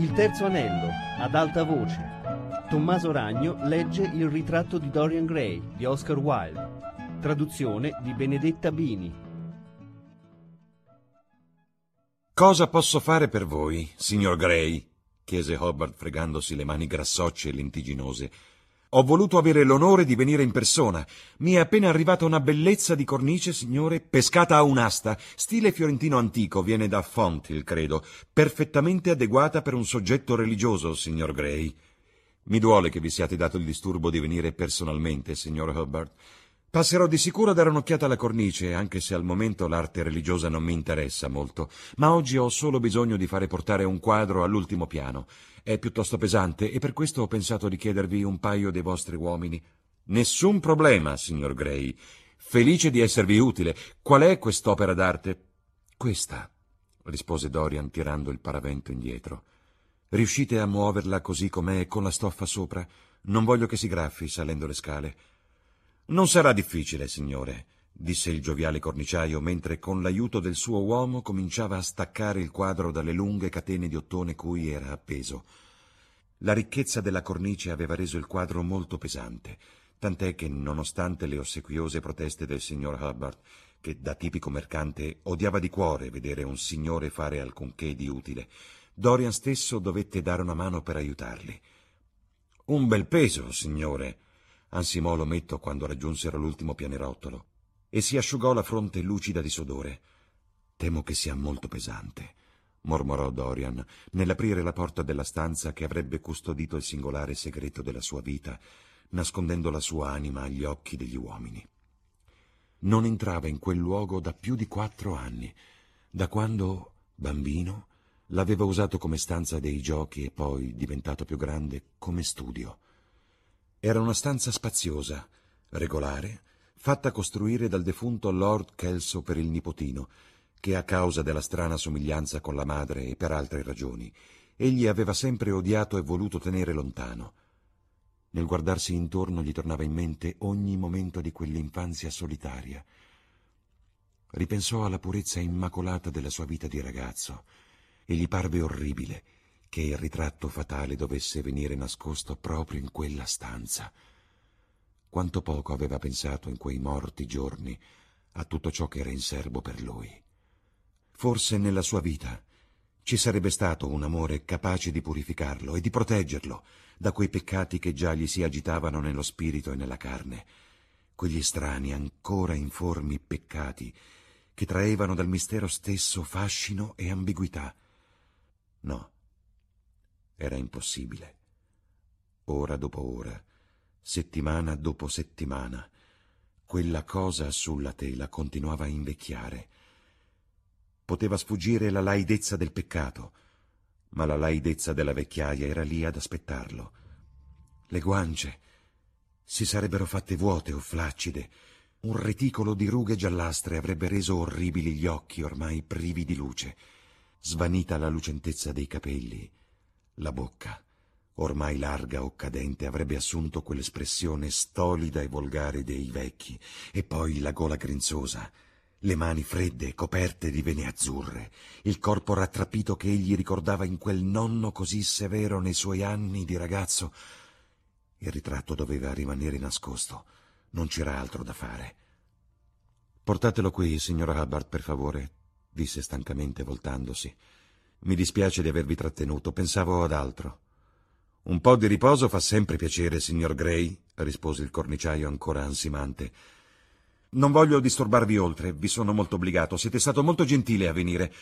Il terzo anello, ad alta voce. Tommaso Ragno legge Il ritratto di Dorian Gray di Oscar Wilde. Traduzione di Benedetta Bini. «Cosa posso fare per voi, signor Gray?» chiese Hobart fregandosi le mani grassocce e lentiginose. «Ho voluto avere l'onore di venire in persona. Mi è appena arrivata una bellezza di cornice, signore, pescata a un'asta, stile fiorentino antico, viene da Fonthill, credo, perfettamente adeguata per un soggetto religioso, signor Gray. Mi duole che vi siate dato il disturbo di venire personalmente, signor Hobart. Passerò di sicuro a dare un'occhiata alla cornice, anche se al momento l'arte religiosa non mi interessa molto, ma oggi ho solo bisogno di fare portare un quadro all'ultimo piano. È piuttosto pesante e per questo ho pensato di chiedervi un paio dei vostri uomini». «Nessun problema, signor Gray. Felice di esservi utile. Qual è quest'opera d'arte?» «Questa», rispose Dorian tirando il paravento indietro. «Riuscite a muoverla così com'è, con la stoffa sopra? Non voglio che si graffi salendo le scale». «Non sarà difficile, signore», disse il gioviale corniciaio, mentre con l'aiuto del suo uomo cominciava a staccare il quadro dalle lunghe catene di ottone cui era appeso. La ricchezza della cornice aveva reso il quadro molto pesante, tant'è che, nonostante le ossequiose proteste del signor Hubbard, che da tipico mercante odiava di cuore vedere un signore fare alcunché di utile, Dorian stesso dovette dare una mano per aiutarli. «Un bel peso, signore», ansimò l'ometto quando raggiunsero l'ultimo pianerottolo, e si asciugò la fronte lucida di sudore. «Temo che sia molto pesante», mormorò Dorian, nell'aprire la porta della stanza che avrebbe custodito il singolare segreto della sua vita, nascondendo la sua anima agli occhi degli uomini. Non entrava in quel luogo da più di 4 anni, da quando, bambino, l'aveva usato come stanza dei giochi e poi, diventato più grande, come studio. Era una stanza spaziosa, regolare, fatta costruire dal defunto Lord Kelso per il nipotino, che a causa della strana somiglianza con la madre e per altre ragioni, egli aveva sempre odiato e voluto tenere lontano. Nel guardarsi intorno gli tornava in mente ogni momento di quell'infanzia solitaria. Ripensò alla purezza immacolata della sua vita di ragazzo e gli parve orribile che il ritratto fatale dovesse venire nascosto proprio in quella stanza. Quanto poco aveva pensato in quei morti giorni a tutto ciò che era in serbo per lui. Forse nella sua vita ci sarebbe stato un amore capace di purificarlo e di proteggerlo da quei peccati che già gli si agitavano nello spirito e nella carne, quegli strani, ancora informi peccati che traevano dal mistero stesso fascino e ambiguità. No, era impossibile. Ora dopo ora, settimana dopo settimana, quella cosa sulla tela continuava a invecchiare. Poteva sfuggire la laidezza del peccato, ma la laidezza della vecchiaia era lì ad aspettarlo. Le guance si sarebbero fatte vuote o flaccide. Un reticolo di rughe giallastre avrebbe reso orribili gli occhi ormai privi di luce. Svanita la lucentezza dei capelli, la bocca, ormai larga o cadente, avrebbe assunto quell'espressione stolida e volgare dei vecchi, e poi la gola grinzosa, le mani fredde coperte di vene azzurre, il corpo rattrappito che egli ricordava in quel nonno così severo nei suoi anni di ragazzo. Il ritratto doveva rimanere nascosto, non c'era altro da fare. «Portatelo qui, signor Hubbard, per favore», disse stancamente voltandosi. «Mi dispiace di avervi trattenuto, pensavo ad altro». «Un po' di riposo fa sempre piacere, signor Gray», rispose il corniciaio ancora ansimante. «Non voglio disturbarvi oltre, vi sono molto obbligato, siete stato molto gentile a venire».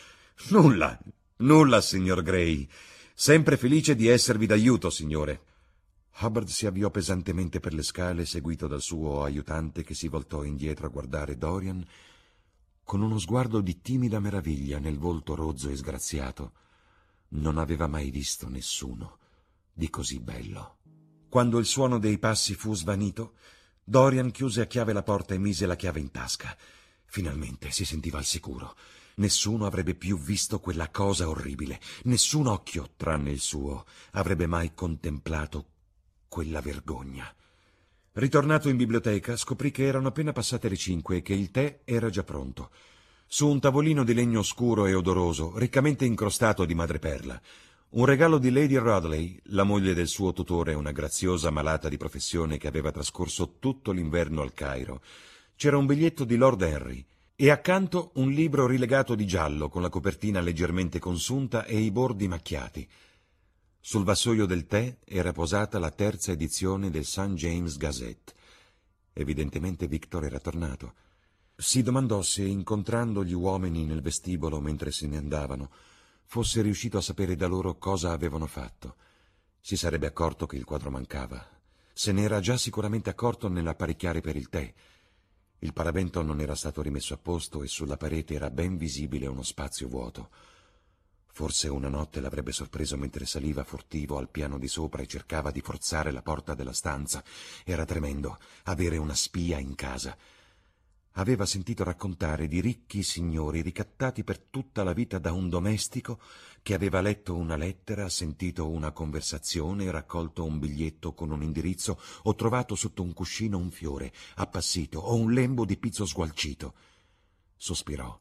Nulla, signor Gray. Sempre felice di esservi d'aiuto, signore». Hubbard si avviò pesantemente per le scale, seguito dal suo aiutante, che si voltò indietro a guardare Dorian con uno sguardo di timida meraviglia nel volto rozzo e sgraziato. Non aveva mai visto nessuno di così bello. Quando il suono dei passi fu svanito, Dorian chiuse a chiave la porta e mise la chiave in tasca. Finalmente si sentiva al sicuro. Nessuno avrebbe più visto quella cosa orribile. Nessun occhio, tranne il suo, avrebbe mai contemplato quella vergogna. Ritornato in biblioteca, scoprì che erano appena passate le 5 e che il tè era già pronto. Su un tavolino di legno scuro e odoroso, riccamente incrostato di madreperla, Un regalo di Lady Rudley, la moglie del suo tutore, una graziosa malata di professione che aveva trascorso tutto l'inverno al Cairo. C'era un biglietto di Lord Henry e accanto un libro rilegato di giallo con la copertina leggermente consunta e i bordi macchiati. Sul vassoio del tè era posata la terza edizione del St. James Gazette. Evidentemente Victor era tornato. Si domandò se, incontrando gli uomini nel vestibolo mentre se ne andavano, fosse riuscito a sapere da loro cosa avevano fatto. Si sarebbe accorto che il quadro mancava. Se ne era già sicuramente accorto nell'apparecchiare per il tè. Il paravento non era stato rimesso a posto e sulla parete era ben visibile uno spazio vuoto. Forse una notte l'avrebbe sorpreso mentre saliva furtivo al piano di sopra e cercava di forzare la porta della stanza. Era tremendo avere una spia in casa. Aveva sentito raccontare di ricchi signori ricattati per tutta la vita da un domestico che aveva letto una lettera, sentito una conversazione, raccolto un biglietto con un indirizzo o trovato sotto un cuscino un fiore appassito o un lembo di pizzo sgualcito. Sospirò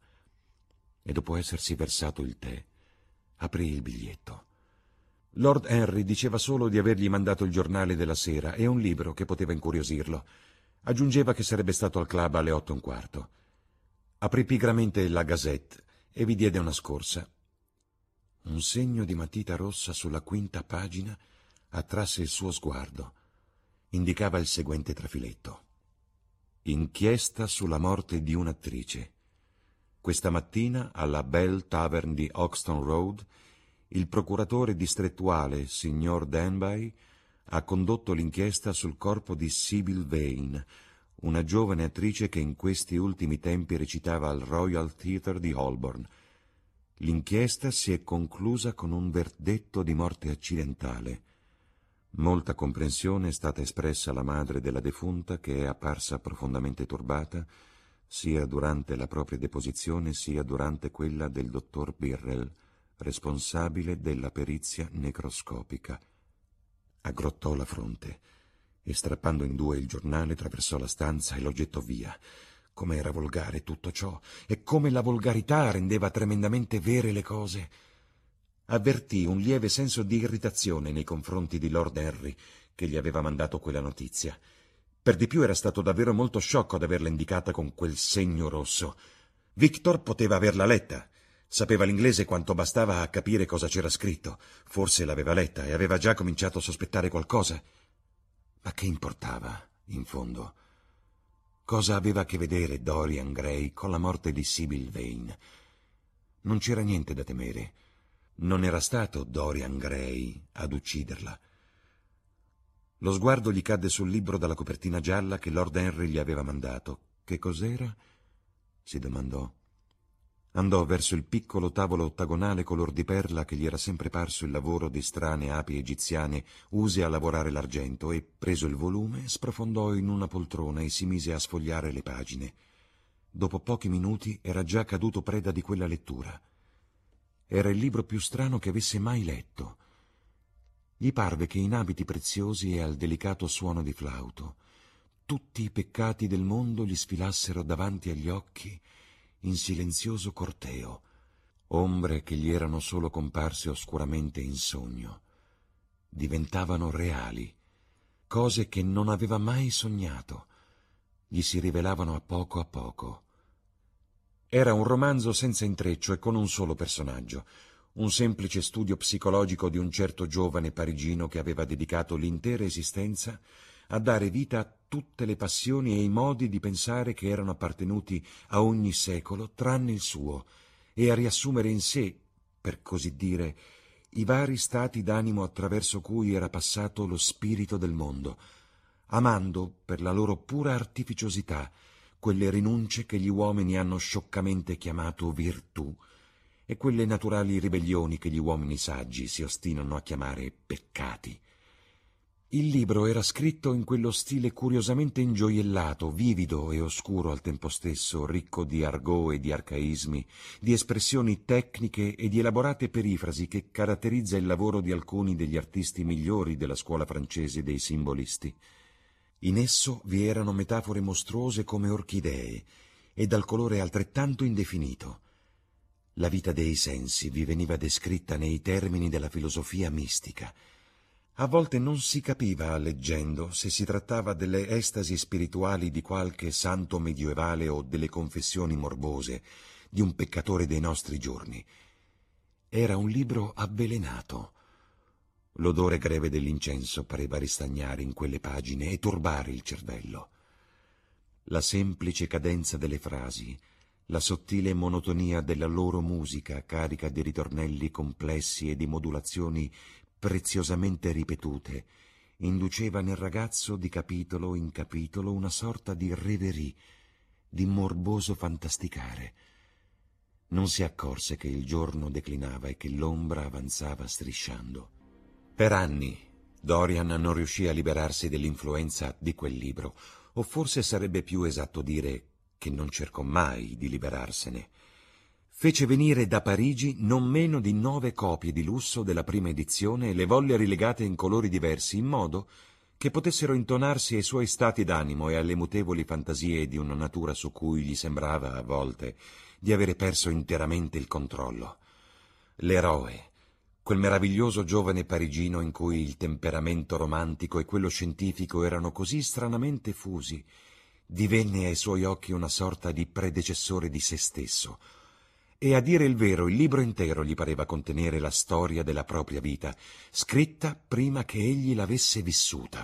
e dopo essersi versato il tè aprì il biglietto. Lord Henry diceva solo di avergli mandato il giornale della sera e un libro che poteva incuriosirlo. Aggiungeva che sarebbe stato al club alle 8:15. Aprì pigramente la Gazette e vi diede una scorsa. Un segno di matita rossa sulla quinta pagina attrasse il suo sguardo. Indicava il seguente trafiletto: inchiesta sulla morte di un'attrice. Questa mattina, alla Bell Tavern di Hoxton Road, il procuratore distrettuale, signor Danby, ha condotto l'inchiesta sul corpo di Sybil Vane, una giovane attrice che in questi ultimi tempi recitava al Royal Theatre di Holborn. L'inchiesta si è conclusa con un verdetto di morte accidentale. Molta comprensione è stata espressa alla madre della defunta, che è apparsa profondamente turbata, sia durante la propria deposizione sia durante quella del dottor Birrell, responsabile della perizia necroscopica. Aggrottò la fronte e, strappando in due il giornale, attraversò la stanza e lo gettò via. Come era volgare tutto ciò e come la volgarità rendeva tremendamente vere le cose. Avvertì un lieve senso di irritazione nei confronti di Lord Henry, che gli aveva mandato quella notizia. Per di più era stato davvero molto sciocco ad averla indicata con quel segno rosso. Victor poteva averla letta. Sapeva l'inglese quanto bastava a capire cosa c'era scritto. Forse l'aveva letta e aveva già cominciato a sospettare qualcosa. Ma che importava, in fondo? Cosa aveva a che vedere Dorian Gray con la morte di Sybil Vane? Non c'era niente da temere. Non era stato Dorian Gray ad ucciderla. Lo sguardo gli cadde sul libro dalla copertina gialla che Lord Henry gli aveva mandato. Che cos'era? Si domandò. Andò verso il piccolo tavolo ottagonale color di perla che gli era sempre parso il lavoro di strane api egiziane use a lavorare l'argento e, preso il volume, sprofondò in una poltrona e si mise a sfogliare le pagine. Dopo pochi minuti era già caduto preda di quella lettura. Era il libro più strano che avesse mai letto. Gli parve che in abiti preziosi e al delicato suono di flauto tutti i peccati del mondo gli sfilassero davanti agli occhi in silenzioso corteo, ombre che gli erano solo comparse oscuramente in sogno. Diventavano reali, cose che non aveva mai sognato, gli si rivelavano a poco. Era un romanzo senza intreccio e con un solo personaggio, un semplice studio psicologico di un certo giovane parigino che aveva dedicato l'intera esistenza a dare vita a tutte le passioni e i modi di pensare che erano appartenuti a ogni secolo tranne il suo, e a riassumere in sé, per così dire, i vari stati d'animo attraverso cui era passato lo spirito del mondo, amando per la loro pura artificiosità quelle rinunce che gli uomini hanno scioccamente chiamato virtù e quelle naturali ribellioni che gli uomini saggi si ostinano a chiamare peccati. Il libro era scritto in quello stile curiosamente ingioiellato, vivido e oscuro al tempo stesso, ricco di argot e di arcaismi, di espressioni tecniche e di elaborate perifrasi che caratterizza il lavoro di alcuni degli artisti migliori della scuola francese dei simbolisti. In esso vi erano metafore mostruose come orchidee e dal colore altrettanto indefinito. La vita dei sensi vi veniva descritta nei termini della filosofia mistica. A volte non si capiva, leggendo, se si trattava delle estasi spirituali di qualche santo medievale o delle confessioni morbose di un peccatore dei nostri giorni. Era un libro avvelenato. L'odore greve dell'incenso pareva ristagnare in quelle pagine e turbare il cervello. La semplice cadenza delle frasi, la sottile monotonia della loro musica carica di ritornelli complessi e di modulazioni preziosamente ripetute, induceva nel ragazzo di capitolo in capitolo una sorta di reverie, di morboso fantasticare. Non si accorse che il giorno declinava e che l'ombra avanzava strisciando. Per anni Dorian non riuscì a liberarsi dell'influenza di quel libro, o forse sarebbe più esatto dire che non cercò mai di liberarsene. Fece venire da Parigi non meno di 9 copie di lusso della prima edizione e le volle rilegate in colori diversi, in modo che potessero intonarsi ai suoi stati d'animo e alle mutevoli fantasie di una natura su cui gli sembrava, a volte, di avere perso interamente il controllo. L'eroe, quel meraviglioso giovane parigino in cui il temperamento romantico e quello scientifico erano così stranamente fusi, divenne ai suoi occhi una sorta di predecessore di se stesso. E a dire il vero, il libro intero gli pareva contenere la storia della propria vita, scritta prima che egli l'avesse vissuta.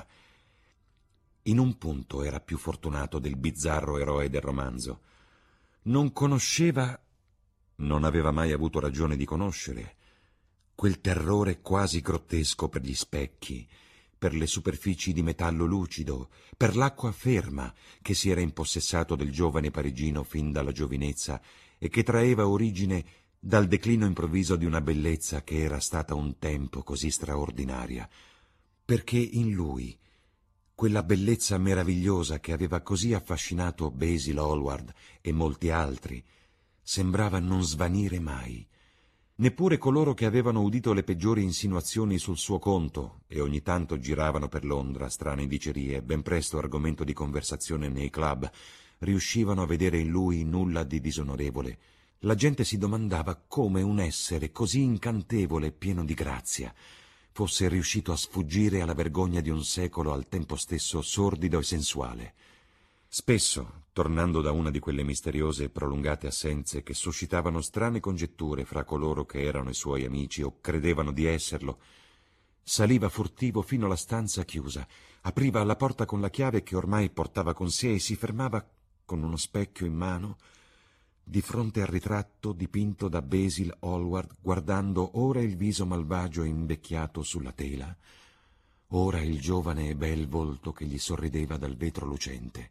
In un punto era più fortunato del bizzarro eroe del romanzo. Non conosceva, non aveva mai avuto ragione di conoscere, quel terrore quasi grottesco per gli specchi, per le superfici di metallo lucido, per l'acqua ferma che si era impossessato del giovane parigino fin dalla giovinezza e che traeva origine dal declino improvviso di una bellezza che era stata un tempo così straordinaria, perché in lui, quella bellezza meravigliosa che aveva così affascinato Basil Hallward e molti altri, sembrava non svanire mai. Neppure coloro che avevano udito le peggiori insinuazioni sul suo conto e ogni tanto giravano per Londra strane dicerie, ben presto argomento di conversazione nei club, riuscivano a vedere in lui nulla di disonorevole. La gente si domandava come un essere così incantevole e pieno di grazia fosse riuscito a sfuggire alla vergogna di un secolo al tempo stesso sordido e sensuale. Spesso, tornando da una di quelle misteriose e prolungate assenze che suscitavano strane congetture fra coloro che erano i suoi amici o credevano di esserlo, saliva furtivo fino alla stanza chiusa, apriva la porta con la chiave che ormai portava con sé e si fermava con uno specchio in mano di fronte al ritratto dipinto da Basil Hallward, guardando ora il viso malvagio e invecchiato sulla tela, ora il giovane e bel volto che gli sorrideva dal vetro lucente.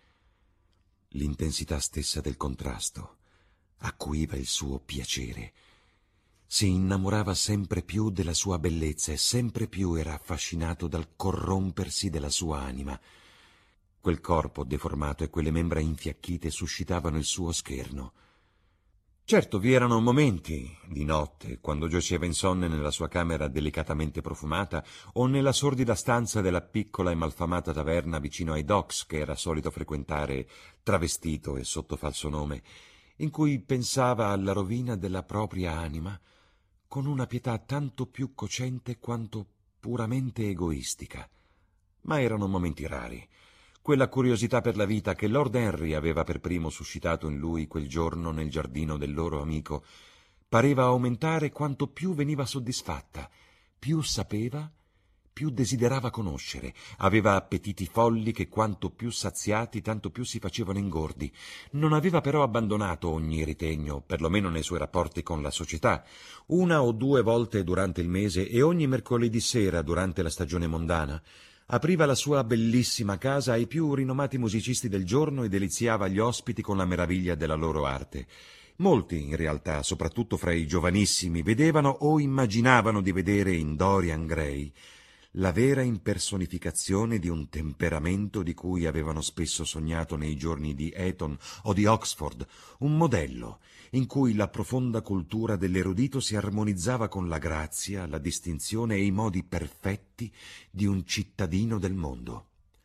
L'intensità stessa del contrasto acuiva il suo piacere. Si innamorava sempre più della sua bellezza e sempre più era affascinato dal corrompersi della sua anima. Quel corpo deformato e quelle membra infiacchite suscitavano il suo scherno. Certo, vi erano momenti, di notte, quando giaceva insonne nella sua camera delicatamente profumata o nella sordida stanza della piccola e malfamata taverna vicino ai Docks che era solito frequentare travestito e sotto falso nome, in cui pensava alla rovina della propria anima con una pietà tanto più cocente quanto puramente egoistica. Ma erano momenti rari. Quella curiosità per la vita che Lord Henry aveva per primo suscitato in lui quel giorno nel giardino del loro amico pareva aumentare quanto più veniva soddisfatta, più sapeva, più desiderava conoscere, aveva appetiti folli che quanto più saziati tanto più si facevano ingordi. Non aveva però abbandonato ogni ritegno, perlomeno nei suoi rapporti con la società. 1 o 2 volte durante il mese e ogni mercoledì sera durante la stagione mondana apriva la sua bellissima casa ai più rinomati musicisti del giorno e deliziava gli ospiti con la meraviglia della loro arte. Molti, in realtà, soprattutto fra i giovanissimi, vedevano o immaginavano di vedere in Dorian Gray la vera impersonificazione di un temperamento di cui avevano spesso sognato nei giorni di Eton o di Oxford, un modello in cui la profonda cultura dell'erudito si armonizzava con la grazia, la distinzione e i modi perfetti di un cittadino del mondo.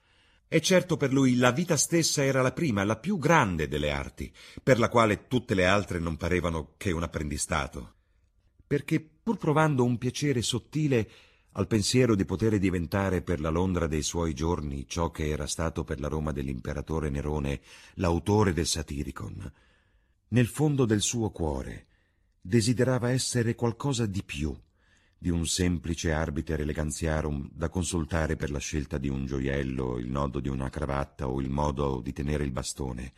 E certo per lui la vita stessa era la prima, la più grande delle arti, per la quale tutte le altre non parevano che un apprendistato. Perché, pur provando un piacere sottile al pensiero di poter diventare per la Londra dei suoi giorni ciò che era stato per la Roma dell'imperatore Nerone l'autore del Satiricon, nel fondo del suo cuore desiderava essere qualcosa di più di un semplice arbiter elegantiarum da consultare per la scelta di un gioiello, il nodo di una cravatta o il modo di tenere il bastone.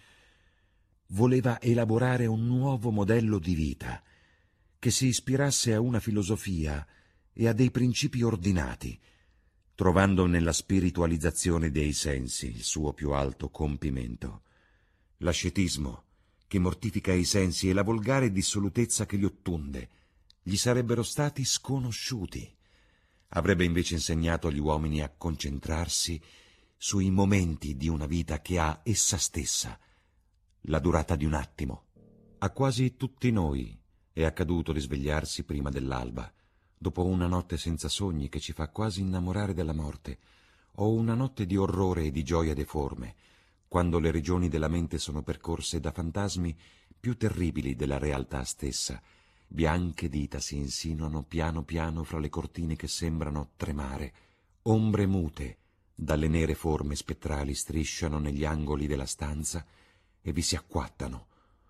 Voleva elaborare un nuovo modello di vita che si ispirasse a una filosofia e a dei principi ordinati, trovando nella spiritualizzazione dei sensi il suo più alto compimento. L'ascetismo, che mortifica i sensi, e la volgare dissolutezza che li ottunde, gli sarebbero stati sconosciuti. Avrebbe invece insegnato agli uomini a concentrarsi sui momenti di una vita che ha essa stessa la durata di un attimo. A quasi tutti noi è accaduto di svegliarsi prima dell'alba, dopo una notte senza sogni che ci fa quasi innamorare della morte, o una notte di orrore e di gioia deforme, quando le regioni della mente sono percorse da fantasmi più terribili della realtà stessa. Bianche dita si insinuano piano piano fra le cortine che sembrano tremare, ombre mute dalle nere forme spettrali strisciano negli angoli della stanza e vi si acquattano.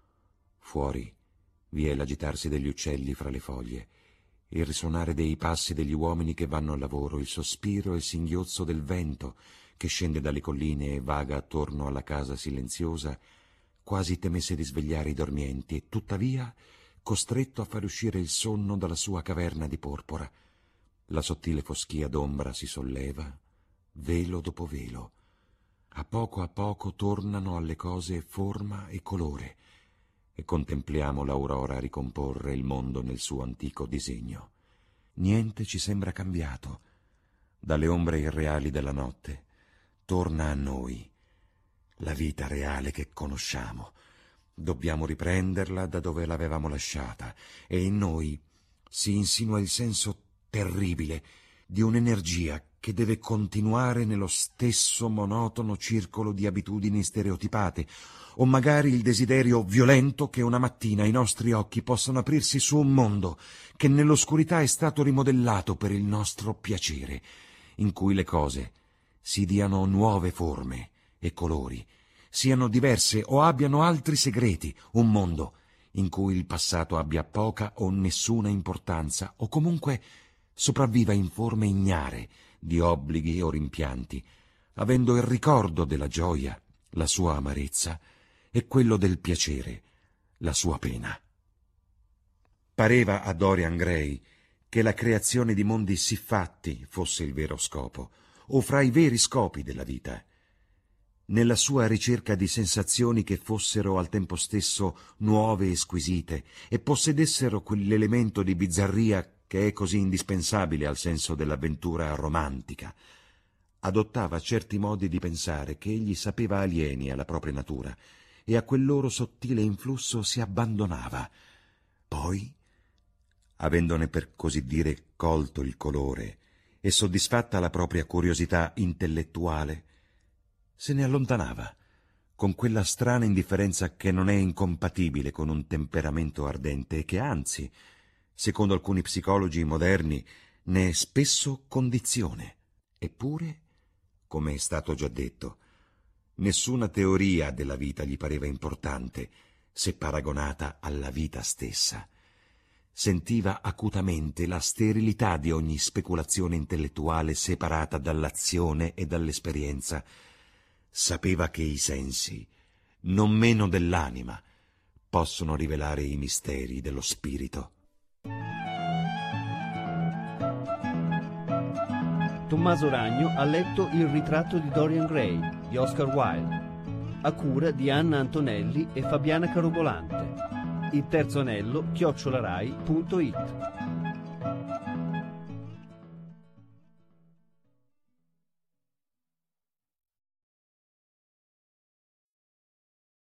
Fuori vi è l'agitarsi degli uccelli fra le foglie, il risuonare dei passi degli uomini che vanno al lavoro, il sospiro e il singhiozzo del vento che scende dalle colline e vaga attorno alla casa silenziosa, quasi temesse di svegliare i dormienti, e tuttavia costretto a far uscire il sonno dalla sua caverna di porpora. La sottile foschia d'ombra si solleva, velo dopo velo. A poco tornano alle cose forma e colore, e contempliamo l'aurora ricomporre il mondo nel suo antico disegno. Niente ci sembra cambiato. Dalle ombre irreali della notte torna a noi la vita reale che conosciamo. Dobbiamo riprenderla da dove l'avevamo lasciata, e in noi si insinua il senso terribile di un'energia che deve continuare nello stesso monotono circolo di abitudini stereotipate, o magari il desiderio violento che una mattina i nostri occhi possano aprirsi su un mondo che nell'oscurità è stato rimodellato per il nostro piacere, in cui le cose si diano nuove forme e colori, siano diverse o abbiano altri segreti, un mondo in cui il passato abbia poca o nessuna importanza, o comunque sopravviva in forme ignare di obblighi o rimpianti, avendo il ricordo della gioia, la sua amarezza, e quello del piacere, la sua pena. Pareva a Dorian Gray che la creazione di mondi siffatti fosse il vero scopo, o fra i veri scopi della vita. Nella sua ricerca di sensazioni che fossero al tempo stesso nuove e squisite e possedessero quell'elemento di bizzarria che è così indispensabile al senso dell'avventura romantica, adottava certi modi di pensare che egli sapeva alieni alla propria natura, e a quel loro sottile influsso si abbandonava. Poi, avendone per così dire colto il colore e soddisfatta la propria curiosità intellettuale, se ne allontanava, con quella strana indifferenza che non è incompatibile con un temperamento ardente e che anzi, secondo alcuni psicologi moderni, ne è spesso condizione. Eppure, come è stato già detto, nessuna teoria della vita gli pareva importante se paragonata alla vita stessa. Sentiva acutamente la sterilità di ogni speculazione intellettuale separata dall'azione e dall'esperienza. Sapeva che i sensi, non meno dell'anima, possono rivelare i misteri dello spirito. Tommaso Ragno ha letto Il ritratto di Dorian Gray di Oscar Wilde, a cura di Anna Antonelli e Fabiana Carobolante. Il terzo anello @rai.it